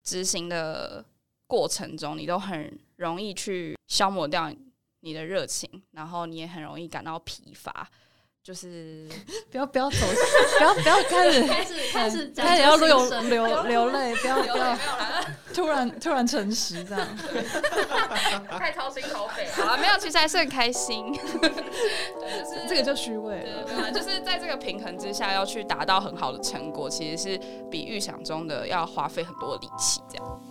执行的过程中，你都很容易去消磨掉你的热情，然后你也很容易感到疲乏。就是不要走，不要开始要流泪，不要突然诚实这样， 太掏心掏肺了。好了，没有，其实还是很开心。对，就是这个就虚伪了。 对，就是在这个平衡之下，要去达到很好的成果，其实是比预想中的要花费很多的力气，这样。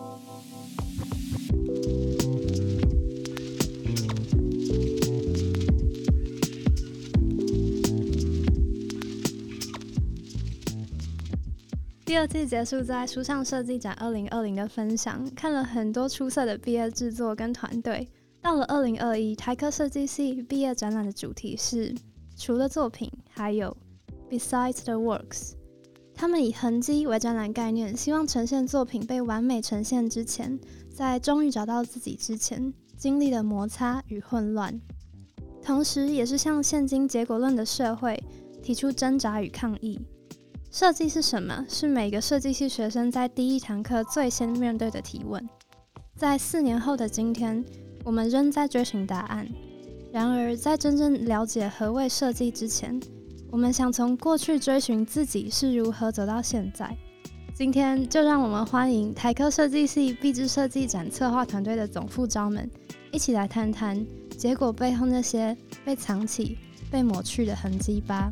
第二季结束在书上设计展2020的分享，看了很多出色的毕业制作跟团队。到了2021，台科设计系毕业展览的主题是除了作品，还有 Besides the Works。他们以痕迹为展览概念，希望呈现作品被完美呈现之前，在终于找到自己之前，经历了摩擦与混乱，同时也是向现今结果论的社会提出挣扎与抗议。设计是什么？是每个设计系学生在第一堂课最先面对的提问。在4年后的今天，我们仍在追寻答案。然而，在真正了解何谓设计之前，我们想从过去追寻自己是如何走到现在。今天就让我们欢迎台科设计系毕制设计展策划团队的总副招们，一起来谈谈结果背后那些被藏起、被抹去的痕迹吧。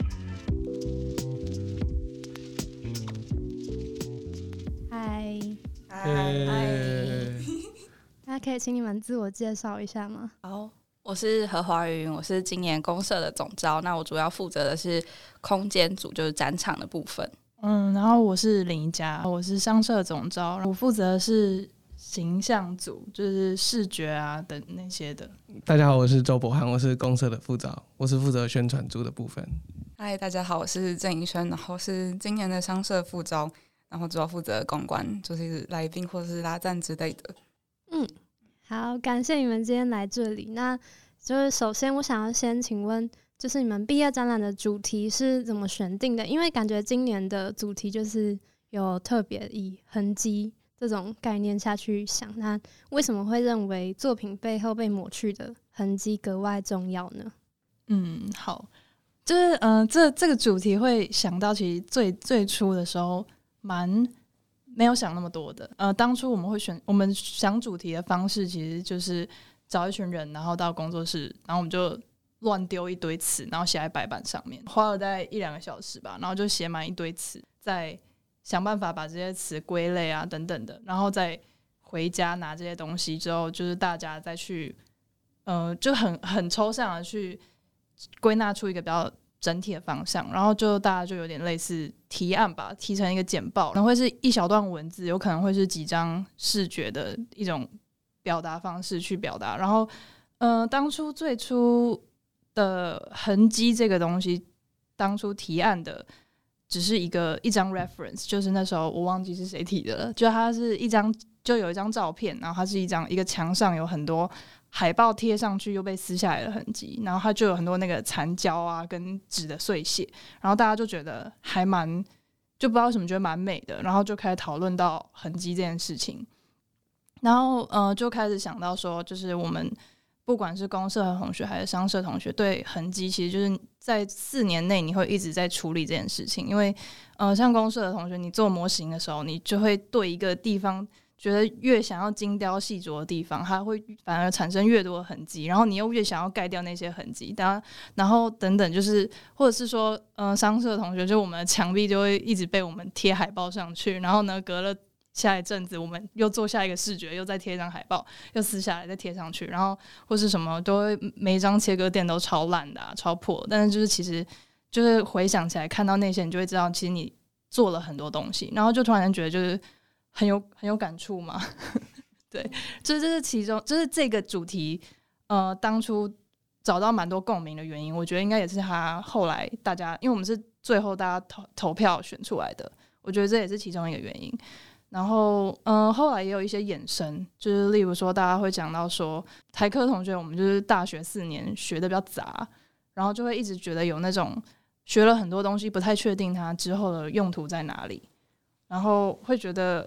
那可以请你们自我介绍一下吗？ 好，我是何华云，我是今年公社的总召，那我主要负责的是空间组，就是展场的部分。 然后我是林一佳，我是商社总召，我负责的是形象组，就是视觉啊等那些的。 大家好，我是周博涵，我是公社的副召，我是负责宣传组的部分。 嗨，大家好，我是郑怡萱，然后是今年的商社副召，然后主要负责公关，就是来宾或是拉赞之类的。 好，感谢你们今天来这里。那就是首先我想要先请问，就是你们毕业展览的主题是怎么选定的？因为感觉今年的主题就是有特别以痕迹这种概念下去想，那为什么会认为作品背后被抹去的痕迹格外重要呢？ 好，就是这个主题会想到，其实最初的时候没有想那么多的。当初我们想主题的方式，其实就是找一群人，然后到工作室，然后我们就乱丢一堆词，然后写在白板上面，花了大概1-2个小时吧，然后就写满一堆词，再想办法把这些词归类啊等等的，然后再回家拿这些东西之后，就是大家再去就很抽象的去归纳出一个比较整体的方向，然后就大家就有点类似提案吧，提成一个简报，可能会是一小段文字，有可能会是几张视觉的一种表达方式去表达。然后当初最初的痕迹这个东西，当初提案的只是一张 reference， 就是那时候我忘记是谁提的了，就它是就有一张照片，然后它是一个墙上有很多海报贴上去又被撕下来的痕迹，然后它就有很多那个残胶啊跟纸的碎屑，然后大家就觉得就不知道为什么觉得蛮美的，然后就开始讨论到痕迹这件事情，然后就开始想到说，就是我们不管是公社的同学还是商社同学，对痕迹其实就是在4年内你会一直在处理这件事情，因为像公社的同学，你做模型的时候，你就会对一个地方觉得越想要精雕细琢的地方，它会反而产生越多的痕迹，然后你又越想要盖掉那些痕迹，然后等等，就是或者是说商社的同学，就我们的墙壁就会一直被我们贴海报上去，然后呢隔了下一阵子我们又做下一个视觉，又再贴一张海报，又撕下来再贴上去，然后或是什么都会每一张切割垫都超烂的超破，但是就是其实就是回想起来看到那些，你就会知道其实你做了很多东西，然后就突然觉得就是很有感触嘛对，就是这是其中，就是这个主题当初找到蛮多共鸣的原因，我觉得应该也是他后来大家，因为我们是最后大家投票选出来的，我觉得这也是其中一个原因。然后后来也有一些衍生，就是例如说大家会讲到说台科同学我们就是大学4年学的比较杂，然后就会一直觉得有那种学了很多东西不太确定它之后的用途在哪里，然后会觉得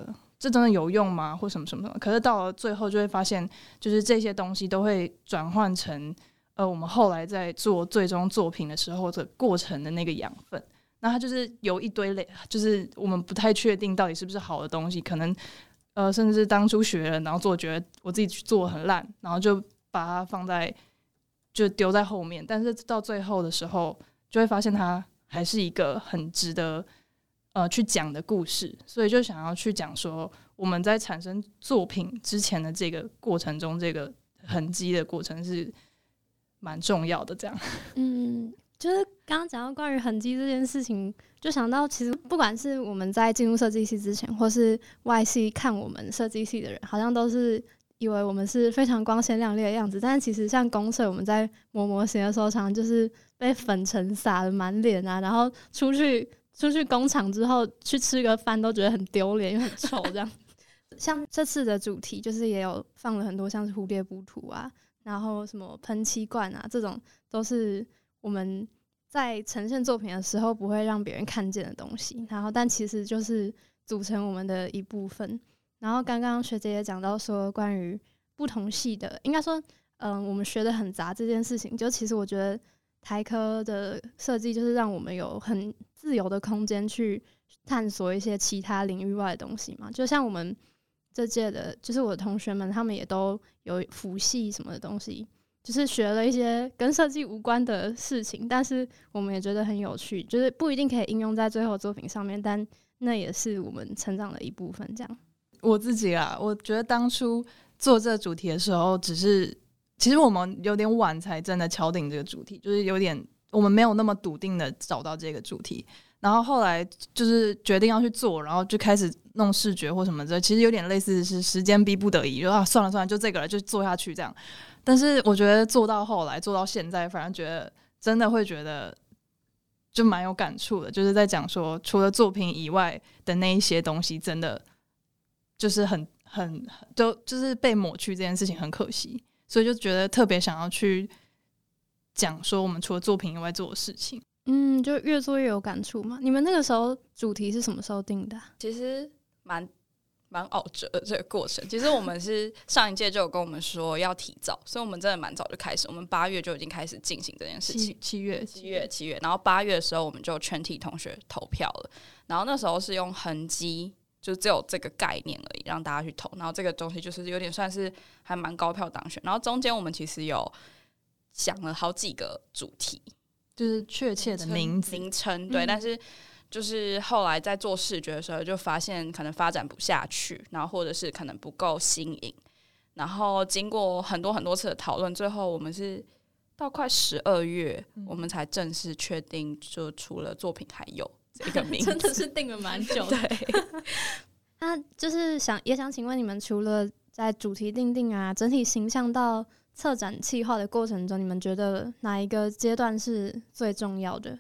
这真的有用吗？或什么什么的。可是到了最后就会发现，就是这些东西都会转换成我们后来在做最终作品的时候的过程的那个养分。那它就是有一堆类，就是我们不太确定到底是不是好的东西，可能甚至当初学了，然后觉得我自己做很烂，然后就把它放在就丢在后面，但是到最后的时候就会发现它还是一个很值得去讲的故事，所以就想要去讲说我们在产生作品之前的这个过程中，这个痕迹的过程是蛮重要的。这样， 就是刚刚讲到关于痕迹这件事情，就想到其实不管是我们在进入设计系之前，或是外系看我们设计系的人，好像都是以为我们是非常光鲜亮丽的样子，但是其实像公社我们在磨模型的时候，常常就是被粉尘撒了满脸啊，然后出去工厂之后去吃个饭都觉得很丢脸，因为很臭这样。像这次的主题就是也有放了很多像是蝴蝶补图啊，然后什么喷漆罐啊，这种都是我们在呈现作品的时候不会让别人看见的东西，然后但其实就是组成我们的一部分。然后刚刚学姐也讲到说关于不同系的，应该说我们学的很杂这件事情，就其实我觉得台科的设计就是让我们有很自由的空间去探索一些其他领域外的东西嘛。就像我们这届的就是我的同学们，他们也都有辅系什么的东西，就是学了一些跟设计无关的事情，但是我们也觉得很有趣，就是不一定可以应用在最后作品上面，但那也是我们成长的一部分。这样， 我自己啦，我觉得当初做这个主题的时候，其实我们有点晚才真的敲定这个主题，就是有点我们没有那么笃定的找到这个主题，然后后来就是决定要去做，然后就开始弄视觉或什么的，其实有点类似是时间逼不得已，就算了，就这个了，就做下去这样。但是我觉得做到后来，做到现在，反而觉得真的会觉得就蛮有感触的，就是在讲说除了作品以外的那一些东西，真的就是就是被抹去这件事情很可惜，所以就觉得特别想要去讲说我们除了作品以外做的事情。 就越做越有感触嘛。你们那个时候主题是什么时候定的其实蛮拗折的这个过程。其实我们是上一届就有跟我们说要提早，所以我们真的蛮早就开始，我们8月就已经开始进行这件事情。 7月， 然后8月的时候我们就全体同学投票了，然后那时候是用痕迹，就只有这个概念而已，让大家去投。然后这个东西就是有点算是还蛮高票当选。然后中间我们其实有想了好几个主题， 就是确切的名称，对，但是就是后来在做视觉的时候，就发现可能发展不下去，然后或者是可能不够新颖。然后经过很多次的讨论，最后我们是到快12月，我们才正式确定，就除了作品还有这个名字， 真的是定了蛮久的。 对， 那就是也想请问你们，除了在主题定啊、整体形象到策展企划的过程中，你们觉得哪一个阶段是最重要的？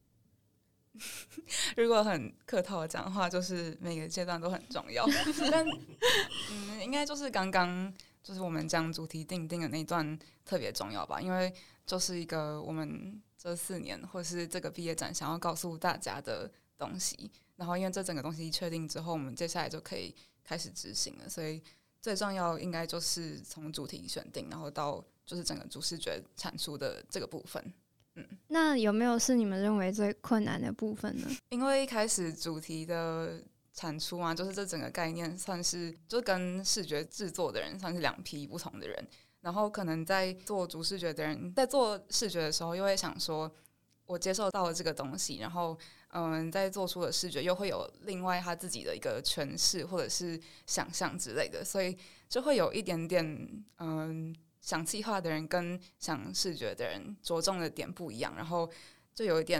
如果很客套的讲的话，就是每个阶段都很重要。但应该就是刚刚就是我们将主题定的那一段特别重要吧，因为就是一个我们这4年或是这个毕业展想要告诉大家的东西。然后因为这整个东西确定之后，我们接下来就可以开始执行了，所以最重要应该就是从主题选定，然后到就是整个主视觉产出的这个部分。 那有没有是你们认为最困难的部分呢？ 因为一开始主题的产出嘛，就是这整个概念算是就跟视觉制作的人算是2批不同的人，然后可能在做主视觉的人在做视觉的时候，又会想说我接受到了这个东西，然后在做出的视觉又会有另外他自己的一个诠释或者是想象之类的，所以就会有一点点想企划的人跟想视觉的人着重的点不一样，然后就有一点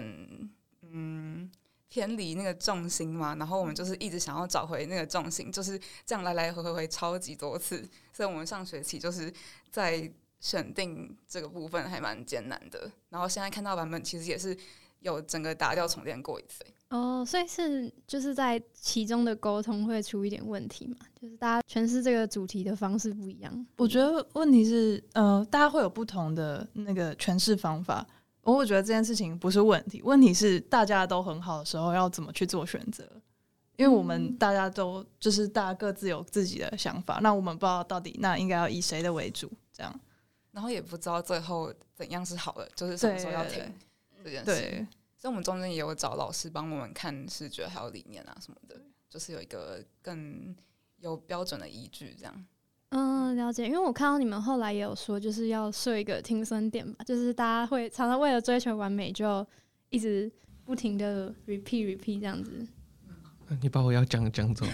偏离那个重心嘛，然后我们就是一直想要找回那个重心，就是这样来来回超级多次，所以我们上学期就是在选定这个部分还蛮艰难的，然后现在看到版本其实也是有整个打掉重练过一次。 所以是就是在其中的沟通会出一点问题嘛，就是大家诠释这个主题的方式不一样。 我觉得问题是大家会有不同的那个诠释方法，我觉得这件事情不是问题，问题是大家都很好的时候要怎么去做选择。 因为我们大家都就是大家各自有自己的想法，那我们不知道到底那应该要以谁的为主这样， 然后也不知道最后怎样是好的，就是什么时候要停这件事。 对， 所以我们中间也有找老师帮我们看视觉还有理念啊什么的，就是有一个更有标准的依据这样。 了解。因为我看到你们后来也有说，就是要设一个停损点吧，就是大家会常常为了追求完美，就一直不停的 repeat 这样子。 你把我要讲走。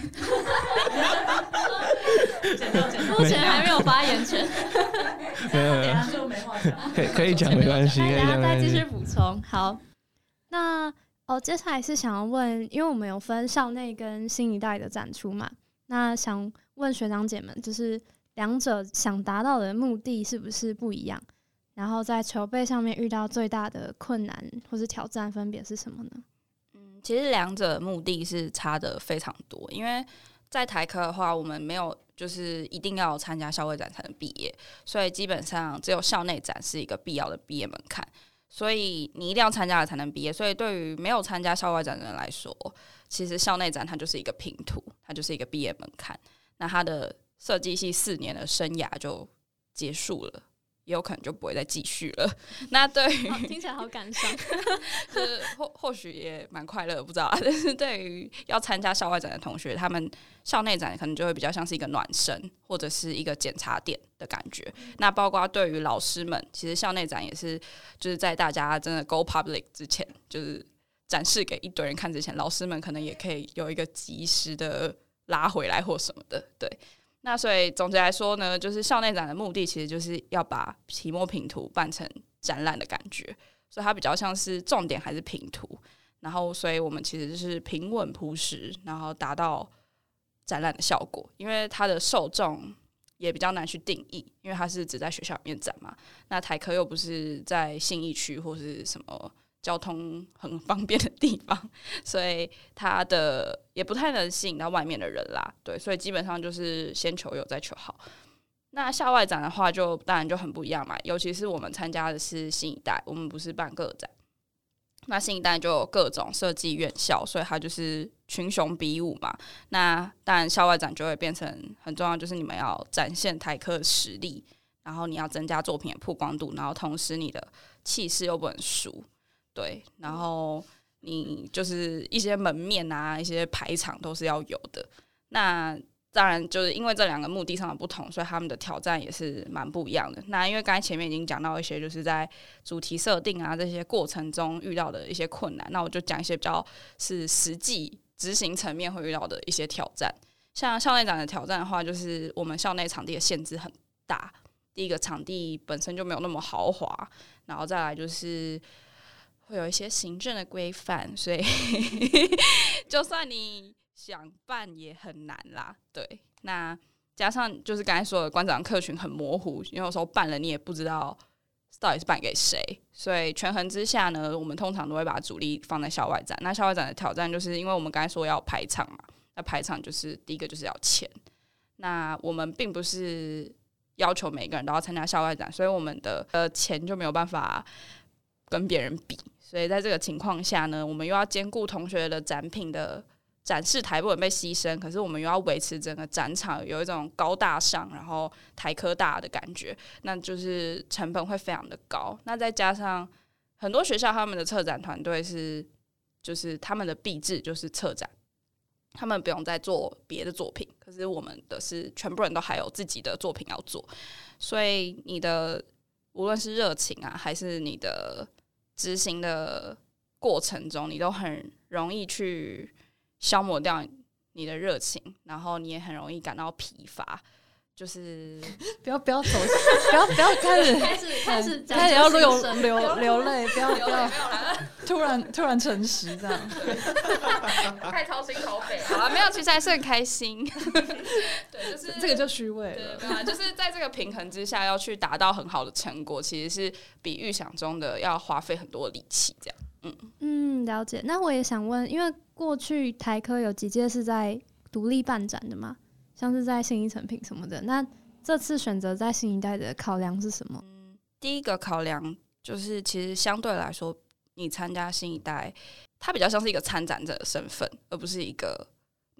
目前还没有发言权， 没有， 等一下就没话讲， 可以讲没关系，可以等一下讲没关系。 再继续补充。好，那接下来是想要问，因为我们有分校内跟新一代的展出嘛，那想问学长姐们，就是两者想达到的目的是不是不一样？然后在筹备上面遇到最大的困难或是挑战分别是什么呢？ 其实两者的目的是差的非常多，因为在台科的话，我们没有就是一定要参加校外展才能毕业，所以基本上只有校内展是一个必要的毕业门槛，所以你一定要参加了才能毕业。所以对于没有参加校外展的人来说，其实校内展它就是一个拼图，它就是一个毕业门槛。那它的设计系4年的生涯就结束了，也有可能就不会再继续了。那对于听起来好感伤， 就是或许也蛮快乐，不知道啊。但是对于要参加校外展的同学，他们校内展可能就会比较像是一个暖身，或者是一个检查点的感觉。那包括对于老师们，其实校内展也是就是在大家真的 go public 之前，就是展示给一堆人看之前，老师们可能也可以有一个及时的拉回来或什么的，对。那所以总结来说呢，就是校内展的目的其实就是要把期末评图办成展览的感觉，所以它比较像是重点还是评图，然后所以我们其实就是平稳朴实，然后达到展览的效果。因为它的受众也比较难去定义，因为它是只在学校里面展嘛，那台科又不是在信义区或是什么交通很方便的地方，所以它的也不太能吸引到外面的人啦。对，所以基本上就是先求有再求好。那校外展的话就当然就很不一样嘛，尤其是我们参加的是新一代，我们不是办个展。那新一代就有各种设计院校，所以它就是群雄比武嘛。那当然校外展就会变成很重要，就是你们要展现台科的实力，然后你要增加作品的曝光度，然后同时你的气势又不能输。对，然后你就是一些门面啊，一些排场都是要有的。那当然就是因为这两个目的上的不同，所以他们的挑战也是蛮不一样的。那因为刚才前面已经讲到一些就是在主题设定啊这些过程中遇到的一些困难，那我就讲一些比较是实际执行层面会遇到的一些挑战。像校内展的挑战的话，就是我们校内场地的限制很大，第一个场地本身就没有那么豪华，然后再来就是会有一些行政的规范，所以就算你想办也很难啦。对，那加上就是刚才说的馆长客群很模糊，因为有时候办了你也不知道到底是办给谁，所以权衡之下呢，我们通常都会把主力放在校外展。那校外展的挑战就是因为我们刚才说要排场嘛，那排场就是第一个就是要钱，那我们并不是要求每个人都要参加校外展，所以我们的钱就没有办法跟别人比。所以在这个情况下呢，我们又要兼顾同学的展品的展示台不能被牺牲，可是我们又要维持整个展场有一种高大上然后台科大的感觉，那就是成本会非常的高。那再加上很多学校他们的策展团队是就是他们的毕制就是策展，他们不用再做别的作品，可是我们的是全部人都还有自己的作品要做，所以你的无论是热情啊还是你的执行的过程中，你都很容易去消磨掉你的热情，然后你也很容易感到疲乏。就是不要走，不要开始要流泪，不要突然诚实这样， 太掏心掏肺。好了，没有，其实还是很开心。对，就是这个就虚伪了。 对啊，就是在这个平衡之下，要去达到很好的成果，其实是比预想中的要花费很多力气。这样， 了解。那我也想问，因为过去台科有几届是在独立办展的嘛？像是在信义成品什么的，那这次选择在新一代的考量是什么？ 第一个考量就是其实相对来说，你参加新一代，它比较像是一个参展者的身份，而不是一个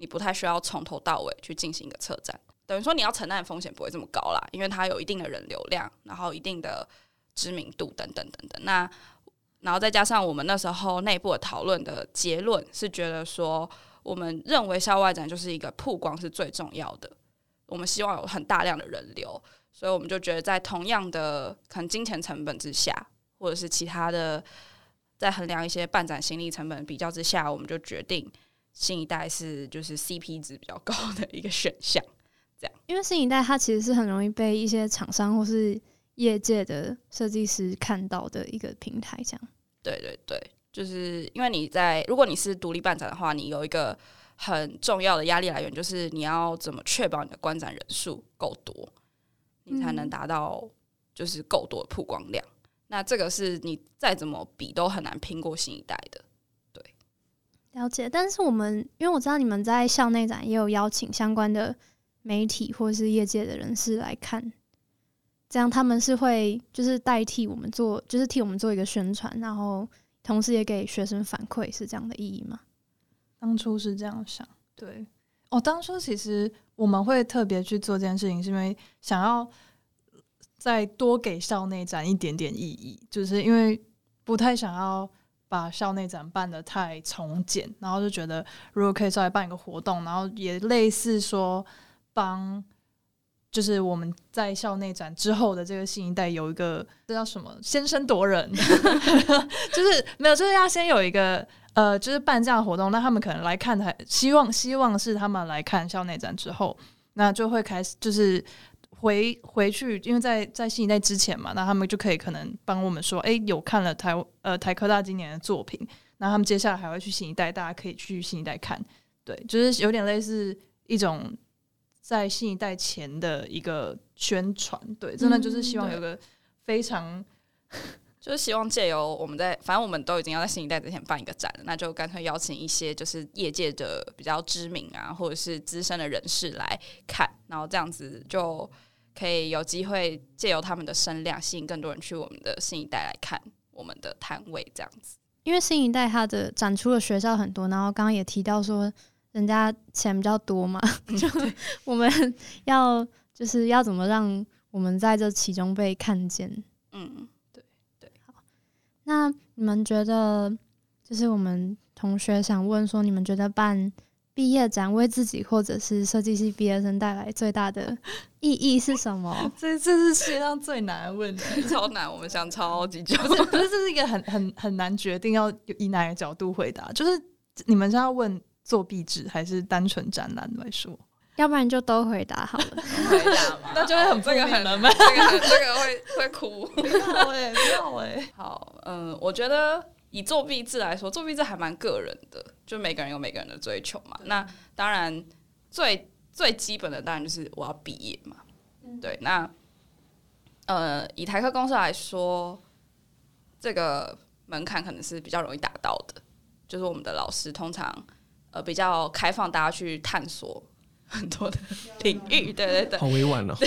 你不太需要从头到尾去进行一个策展，等于说你要承担的风险不会这么高啦，因为它有一定的人流量，然后一定的知名度等等等等。那然后再加上我们那时候内部的讨论的结论是觉得说，我们认为校外展就是一个曝光是最重要的，我们希望有很大量的人流，所以我们就觉得在同样的可能金钱成本之下，或者是其他的在衡量一些办展心力成本比较之下，我们就决定新一代是就是 CP 值比较高的一个选项。这样， 因为新一代它其实是很容易被一些厂商或是业界的设计师看到的一个平台，这样。 对对对，就是因为如果你是独立办展的话，你有一个很重要的压力来源，就是你要怎么确保你的观展人数够多，你才能达到就是够多的曝光量。那这个是你再怎么比都很难拼过新一代的。对， 了解。但是因为我知道你们在校内展也有邀请相关的媒体或是业界的人士来看，这样他们是会就是代替我们做，就是替我们做一个宣传，然后同时也给学生反馈，是这样的意义吗？ 当初是这样想，对。当初其实我们会特别去做这件事情，是因为想要再多给校内展一点点意义，就是因为不太想要把校内展办得太从简，然后就觉得如果可以稍微办一个活动，然后也类似说帮就是我们在校内展之后的这个新一代有一个这叫什么先声夺人就是没有，就是要先有一个就是办这样的活动，那他们可能来看希望是他们来看校内展之后，那就会开始就是回去，因为在新一代之前嘛，那他们就可以可能帮我们说，有看了台科大今年的作品，那他们接下来还会去新一代，大家可以去新一代看，对，就是有点类似一种在新一代前的一个宣传，对，真的就是希望有个非常就是希望借由反正我们都已经要在新一代之前办一个展了，那就干脆邀请一些就是业界的比较知名啊，或者是资深的人士来看，然后这样子就可以有机会借由他们的声量吸引更多人去我们的新一代来看我们的摊位，这样子。 因为新一代它的展出的学校很多，然后刚刚也提到说人家钱比较多嘛，就我们就是要怎么让我们在这其中被看见。 对。 好，那你们觉得就是我们同学想问说，你们觉得办毕业展为自己或者是设计系毕业生带来最大的意义是什么？ 这是世界上最难的问题， 超难，我们想超级久。 不是，这是一个很难决定要以哪个角度回答。就是你们是要问作弊制还是单纯展览来说？ 要不然就都回答好了。 回答嘛， 那就会很不明了吗？ 这个会哭。 不要好，我觉得以作弊制来说，作弊制还蛮个人的，就每个人有每个人的追求嘛。那当然最基本的当然就是我要毕业嘛。对，那以台科公社来说，这个门槛可能是比较容易达到的，就是我们的老师通常比较开放大家去探索很多的领域，对， 好委婉哦。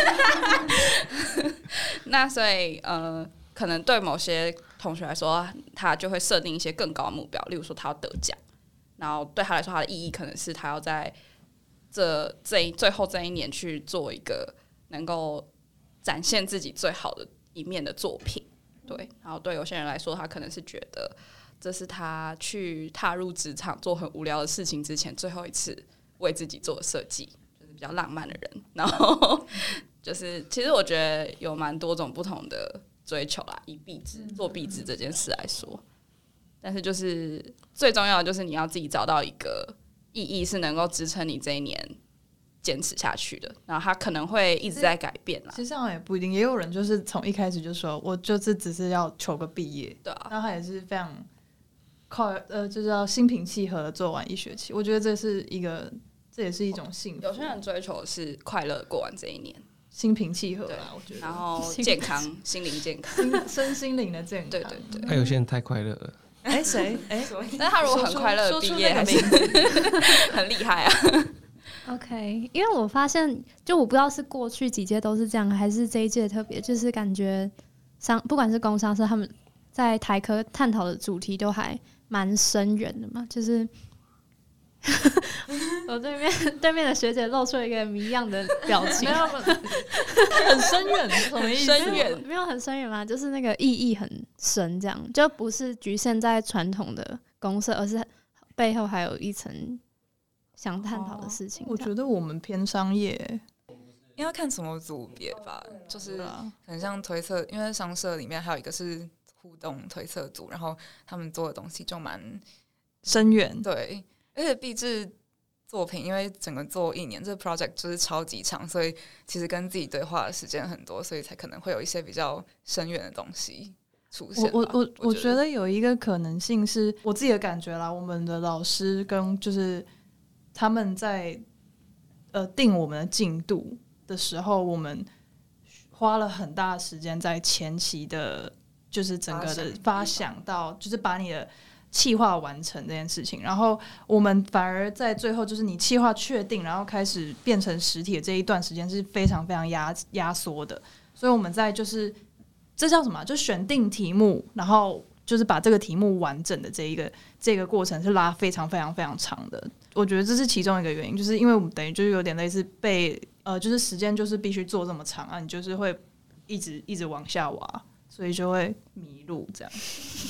那所以可能对某些同学来说，他就会设定一些更高的目标，例如说他要得奖，然后对他来说，他的意义可能是他要在最后这一年去做一个能够展现自己最好的一面的作品，对。然后对有些人来说，他可能是觉得这是他去踏入职场做很无聊的事情之前最后一次为自己做的设计，就是比较浪漫的人。然后就是其实我觉得有蛮多种不同的追求啦，以做壁纸这件事来说，但是就是最重要的就是你要自己找到一个意义是能够支撑你这一年坚持下去的，然后它可能会一直在改变啦。 其实也不一定，也有人就是从一开始就说我就是只是要求个毕业， 对啊， 然后他也是非常就是要心平气和的做完一学期。我觉得这也是一种幸福。 有些人追求的是快乐过完这一年， 心平气和啦，我觉得， 然后健康，心灵健康， 身心灵的健康。 对。 那有些人太快乐了。 谁？ 但他如果很快乐的毕业，还是很厉害啊。 OK， 因为我发现，就我不知道是过去几届都是这样，还是这一届特别，就是感觉不管是工商社，他们在台科探讨的主题都还蛮深远的嘛，就是我对面的学姐露出了一个谜样的表情， 没有很深远，什么意思？ 深远没有很深远吗？就是那个意义很深，这样就不是局限在传统的公社，而是背后还有一层想探讨的事情。 我觉得我们偏商业， 应该看什么组别吧，就是很像推测，因为商社里面还有一个是互动推测组，然后他们做的东西就蛮深远。 对，而且毕制作品因为整个做1年，这个 project 就是超级长，所以其实跟自己对话的时间很多，所以才可能会有一些比较深远的东西出现吧。 我觉得有一个可能性是我自己的感觉啦，我们的老师跟就是他们在定我们的进度的时候，我们花了很大的时间在前期的，就是整个的发想到，就是把你的企划完成这件事情，然后我们反而在最后就是你企划确定，然后开始变成实体的这一段时间是非常非常压缩的，所以我们在就是这叫什么？就选定题目，然后就是把这个题目完整的这个过程是拉非常非常非常长的。我觉得这是其中一个原因，就是因为我们等于就是有点类似被就是时间就是必须做这么长啊，你就是会一直往下挖。所以就会迷路，这样。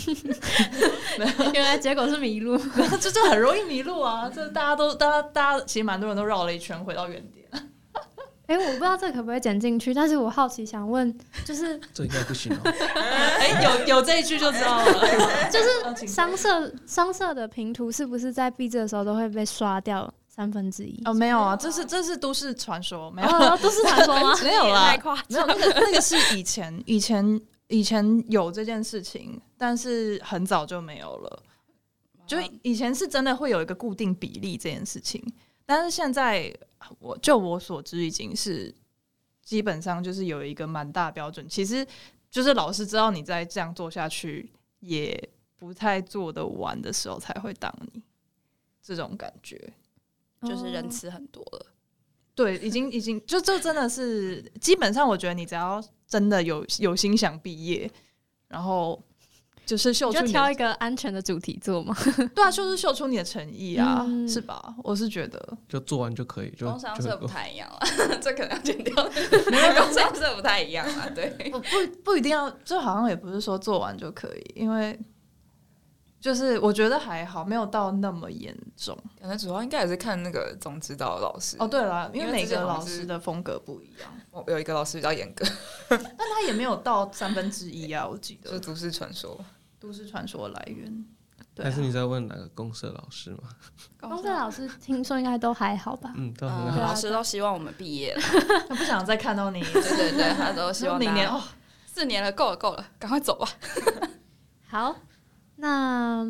原来结果是迷路， 这很容易迷路啊！这大家其实蛮多人都绕了一圈回到原点。 我不知道这可不可以剪进去，但是我好奇想问，就是这应该不行哦。 有这一句就知道了。 就是商社的评图是不是在毕制的时候都会被刷掉1/3？ 没有啊，这是都市传说，没有都市传说吗？ 没有啦， 太夸张没有那个是以前有这件事情，但是很早就没有了。就以前是真的会有一个固定比例这件事情，但是现在我所知已经是基本上就是有一个蛮大标准，其实就是老师知道你再这样做下去也不太做得完的时候才会当你这种感觉， 就是人词很多了。 对，已经就真的是基本上，我觉得你只要真的有心想毕业，然后就是秀出你就挑一个安全的主题做嘛。 对啊，就是秀出你的诚意啊，是吧？我是觉得就做完就可以，就工商社不太一样了，这可能要剪掉。工商社不太一样啦，对， 不一定要，就好像也不是说做完就可以，因为就是我觉得还好，没有到那么严重。 感觉主要应该也是看那个总指导的老师。 对啦，因为每个之前好像老师的风格不一样， 我有一个老师比较严格， 但他也没有到1/3啊，我记得。 就是都市传说。 都市传说的来源。对还是你在问哪个公社老师吗？ 公社老师听说应该都还好吧？ 都很好。 老师都希望我们毕业了， 他不想再看到你。 对，他都希望明年 4年了，够了，赶快走吧。 好，那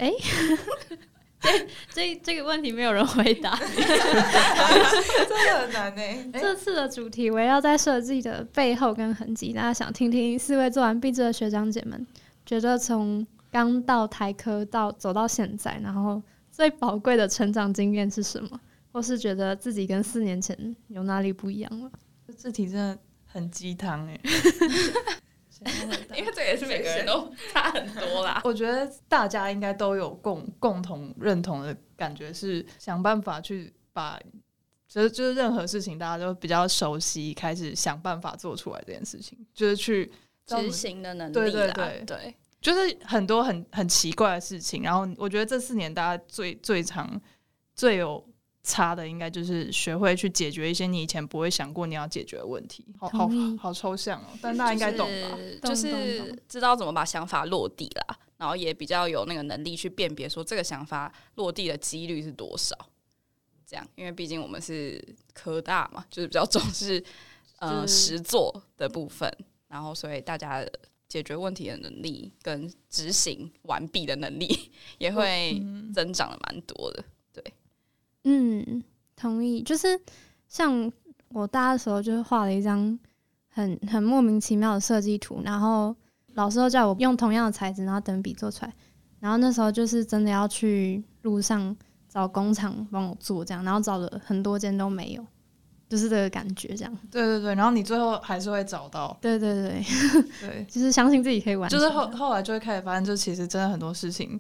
这个问题没有人回答。 真的很难呢。 这次的主题围绕在设计的背后跟痕迹，大家想听听4位做完毕制的学长姐们，觉得从刚到台科走到现在，然后最宝贵的成长经验是什么？或是觉得自己跟4年前有哪里不一样了？ 这题真的很鸡汤因为这也是每个人都差很多啦。 我觉得大家应该都有共同认同的感觉，是想办法去把就是任何事情大家都比较熟悉，开始想办法做出来这件事情，就是去执行的能力啦。对， 就是很多很奇怪的事情。然后我觉得这4年大家最有差的，应该就是学会去解决一些你以前不会想过你要解决的问题。好抽象哦，但大家应该懂吧？ 就是知道怎么把想法落地啦，然后也比较有那个能力去辨别说这个想法落地的几率是多少。这样，因为毕竟我们是科大嘛，就是比较重视实作的部分，然后所以大家解决问题的能力跟执行完毕的能力也会增长了蛮多的。对， 同意。就是像我大的时候，就是画了一张很莫名其妙的设计图，然后老师都叫我用同样的材质，然后等笔做出来。然后那时候就是真的要去路上找工厂帮我做这样，然后找了很多间都没有，就是这个感觉这样。 对，然后你最后还是会找到。 对， 对， 就是相信自己可以完成。 就是后来就会开始发现，就其实真的很多事情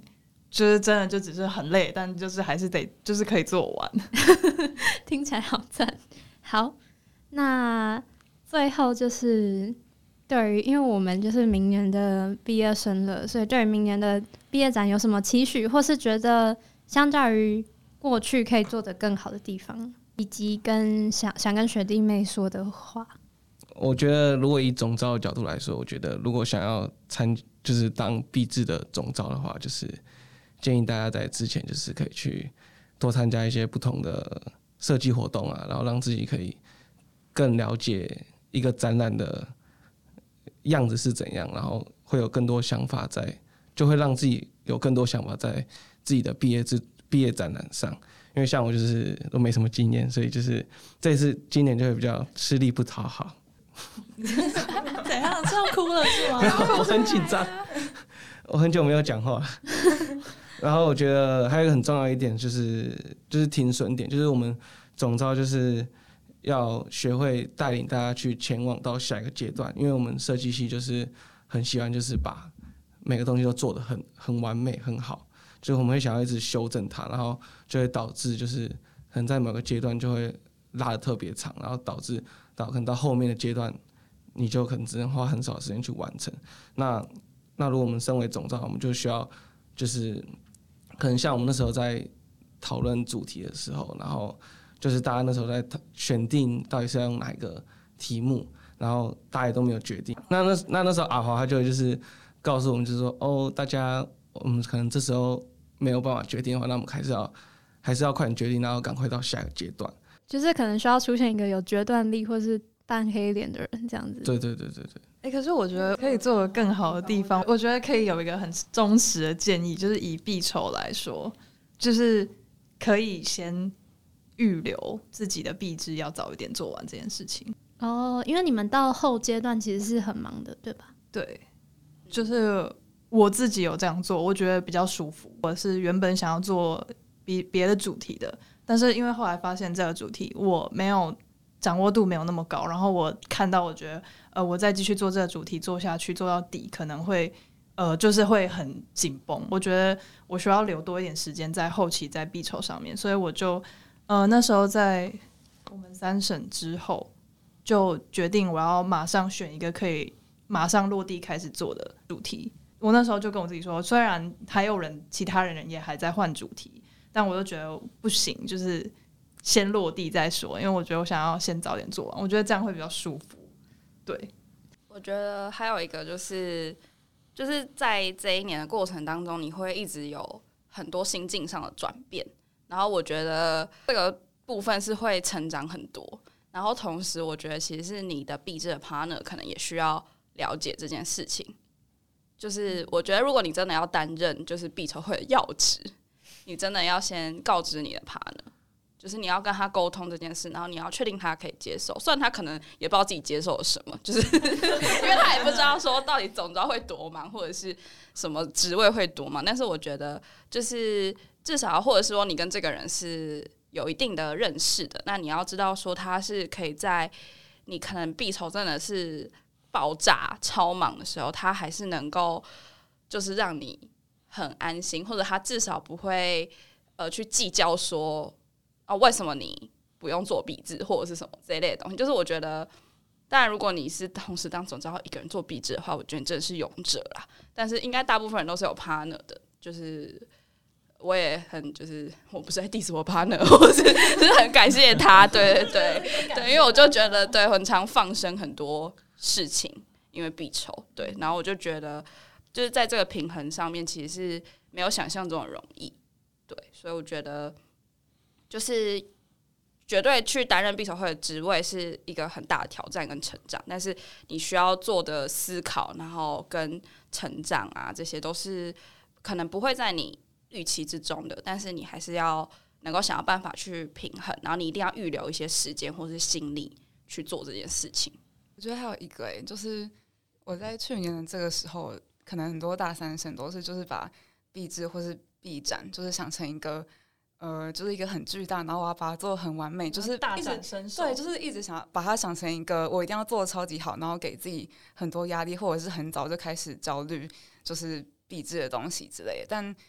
就是真的就只是很累，但就是还是得就是可以做完。 听起来好赞。好，那最后就是对于，因为我们就是明年的毕业生了，所以对于明年的毕业展有什么期许，或是觉得相较于过去可以做得更好的地方，以及想跟学弟妹说的话？ 我觉得如果以总召的角度来说，我觉得如果想要就是当毕制的总召的话，就是建议大家在之前就是可以去多参加一些不同的设计活动啊，然后让自己可以更了解一个展览的样子是怎样，然后会有更多想法就会让自己有更多想法在自己的毕业展览上。因为像我就是都没什么经验，所以就是这次今年就会比较吃力不讨好。 怎样？是要哭了是吗？ 我很紧张，我很久没有讲话了。然后我觉得还有一个很重要一点就是停损点，就是我们总召就是要学会带领大家去前往到下一个阶段，因为我们设计系就是很喜欢就是把每个东西都做得很完美很好，就是我们会想要一直修正它，然后就会导致就是可能在某个阶段就会拉得特别长，然后导致可能到后面的阶段你就可能只能花很少的时间去完成。那如果我们身为总召，我们就需要就是可能像我们那时候在讨论主题的时候，然后就是大家那时候在选定到底是要用哪一个题目，然后大家也都没有决定。那时候阿华他就是告诉我们，就是说大家我们可能这时候没有办法决定的话，那我们还是要快点决定，然后赶快到下一个阶段。 就是可能需要出现一个有决断力或是扮黑脸的人这样子。 对。 可是我觉得可以做得更好的地方，我觉得可以有一个很忠实的建议，就是以毕筹来说，就是可以先预留自己的毕制要早一点做完这件事情。 因为你们到后阶段其实是很忙的，对吧？ 对，就是我自己有这样做，我觉得比较舒服。我是原本想要做别的主题的，但是因为后来发现这个主题我没有掌握度没有那么高，然后我看到我觉得我再继续做这个主题做下去做到底可能会就是会很紧绷，我觉得我需要留多一点时间在后期在毕筹上面，所以我就那时候在我们3审之后就决定我要马上选一个可以马上落地开始做的主题。我那时候就跟我自己说，虽然还有其他人也还在换主题，但我就觉得不行，就是先落地再说，因为我觉得我想要先早点做完，我觉得这样会比较舒服。对， 我觉得还有一个就是在这一年的过程当中，你会一直有很多心境上的转变，然后我觉得这个部分是会成长很多，然后同时我觉得其实是你的毕制的 partner 可能也需要了解这件事情，就是我觉得如果你真的要担任就是毕筹会的要职，你真的要先告知你的 partner， 就是你要跟他沟通这件事，然后你要确定他可以接受，虽然他可能也不知道自己接受了什么，就是因为他也不知道说到底总召会多忙或者是什么职位会多忙，但是我觉得就是至少或者是说你跟这个人是有一定的认识的，那你要知道说他是可以在你可能毕筹真的是爆炸超忙的时候，他还是能够就是让你很安心，或者他至少不会去计较说为什么你不用做毕制或者是什么这一类的东西。就是我觉得当然如果你是同时当总召一个人做毕制的话，我觉得你真的是勇者啦，但是应该大部分人都是有 partner 的，就是我也很就是我不是在 diss 我 partner， 我是就是很感谢他，对，因为我就觉得对很常放生很多事情，因为毕筹，对，然后我就觉得就是在这个平衡上面其实是没有想象中的容易，对，所以我觉得就是绝对去担任毕筹会的职位是一个很大的挑战跟成长，但是你需要做的思考然后跟成长啊，这些都是可能不会在你预期之中的，但是你还是要能够想要办法去平衡，然后你一定要预留一些时间或是心力去做这件事情。 我觉得还有一个就是我在去年的这个时候，可能很多大三生都是就是把毕制或是毕展就是想成一个就是一个很巨大，然后我要把它做得很完美，就是大展身手， 对，就是一直想把它想成一个我一定要做得超级好，然后给自己很多压力，或者是很早就开始焦虑就是毕制的东西之类的。但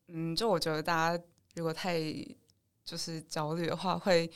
就我觉得大家如果太就是焦虑的话，会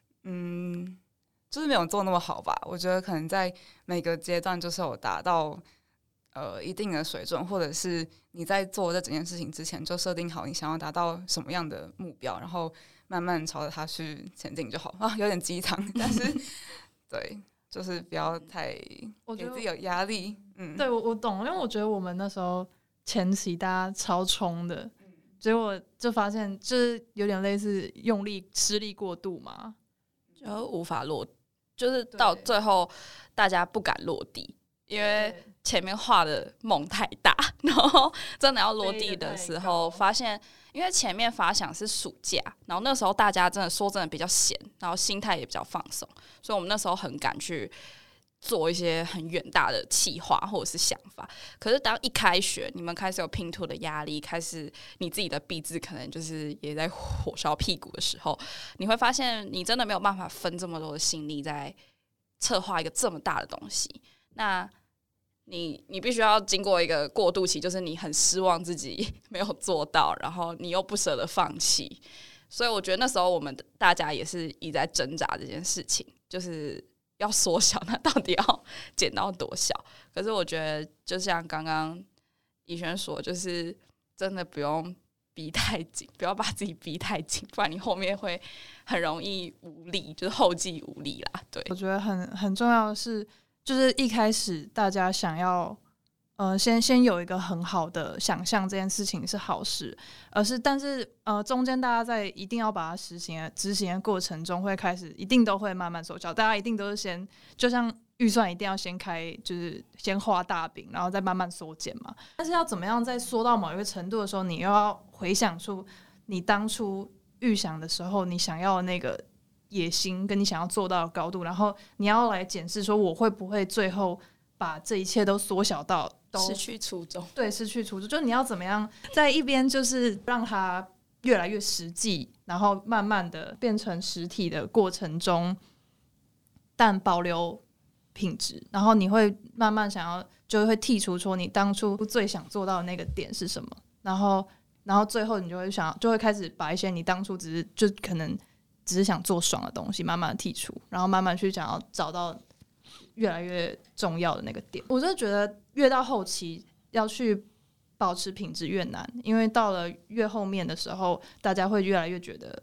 就是没有做那么好吧。我觉得可能在每个阶段就是有达到一定的水准，或者是你在做这整件事情之前就设定好你想要达到什么样的目标，然后慢慢朝着它去前进就好啊。有点鸡汤，但是对，就是不要太给自己有压力。 对，我懂，因为我觉得我们那时候前期大家超冲的，结果就发现就是有点类似用力施力过度嘛， 就无法落，就是到最后大家不敢落地，因为前面画的梦太大，然后真的要落地的时候，发现因为前面发想是暑假，然后那时候大家真的说真的比较闲，然后心态也比较放松，所以我们那时候很敢去做一些很远大的企划或者是想法。可是当一开学，你们开始有拼图的压力，开始你自己的毕制可能就是也在火烧屁股的时候，你会发现你真的没有办法分这么多的心力在策划一个这么大的东西。那你必须要经过一个过渡期，就是你很失望自己没有做到，然后你又不舍得放弃。所以我觉得那时候我们大家也是一直在挣扎这件事情，就是要缩小，那到底要减到多小？可是我觉得就像刚刚宜萱说，就是真的不用逼太紧，不要把自己逼太紧，不然你后面会很容易无力，就是后继无力啦。对， 我觉得很重要的是，就是一开始大家想要先有一个很好的想象，这件事情是好事，但是中间大家在一定要把它执行的过程中，会开始一定都会慢慢缩小，大家一定都是先就像预算一定要先开，就是先画大饼，然后再慢慢缩减嘛。但是要怎么样在缩到某一个程度的时候，你又要回想出你当初预想的时候，你想要的那个野心跟你想要做到的高度，然后你要来检视说我会不会最后把这一切都缩小到失去初衷。 对，失去初衷，就是你要怎么样在一边就是让它越来越实际，然后慢慢的变成实体的过程中，但保留品质，然后你会慢慢想要就会剔除说你当初最想做到的那个点是什么，然后最后你就会开始把一些你当初就可能只是想做爽的东西慢慢的剔除，然后慢慢去想要找到越来越重要的那个点。我就觉得越到后期要去保持品质越难，因为到了越后面的时候，大家会越来越觉得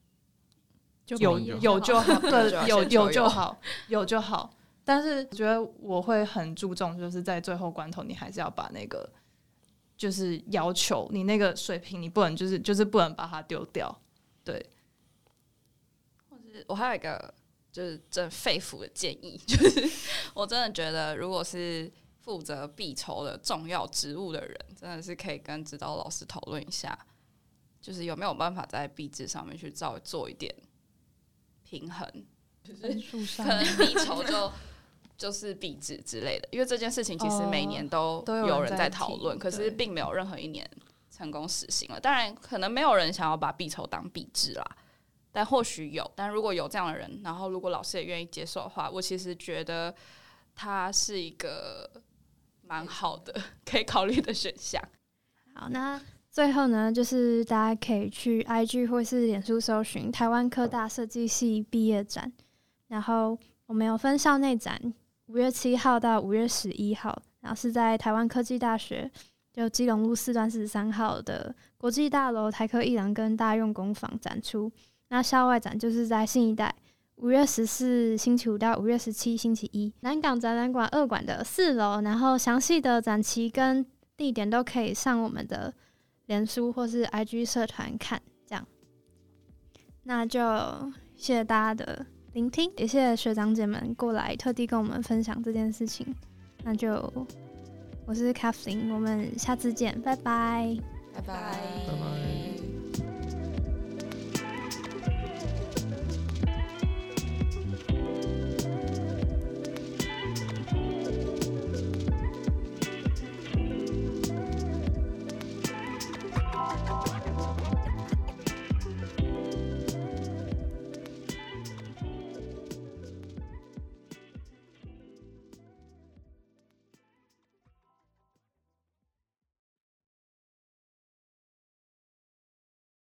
有就好，对，有就好，有就好。但是我觉得我会很注重，就是在最后关头，你还是要把那个就是要求你那个水平，你不能就是不能把它丢掉。对， 或是我还有一个就是真肺腑的建议，就是我真的觉得，如果是负责毕筹的重要职务的人，真的是可以跟指导老师讨论一下，就是有没有办法在毕制上面去做一点平衡，就是可能毕筹就是毕制之类的，因为这件事情其实每年都有人在讨论，可是并没有任何一年成功实行了。当然，可能没有人想要把毕筹当毕制啦。但或许有，但如果有这样的人，然后如果老师也愿意接受的话，我其实觉得他是一个蛮好的可以考虑的选项。 好，那最后呢，就是大家可以去 IG 或是脸书搜寻台湾科大设计系毕业展，然后我们有分校内展，5月7号到5月11号，然后是在台湾科技大学就基隆路4段43号的国际大楼台科艺廊跟大用工坊展出。那校外展就是在新一代5月14星期五到5月17星期一，南港展览馆2馆的4楼，然后详细的展期跟地点都可以上我们的脸书或是 IG 社团看，这样。那就谢谢大家的聆听，也谢谢学长姐们过来特地跟我们分享这件事情。那就我是 Kathleen， 我们下次见，拜拜， 拜拜， 拜拜。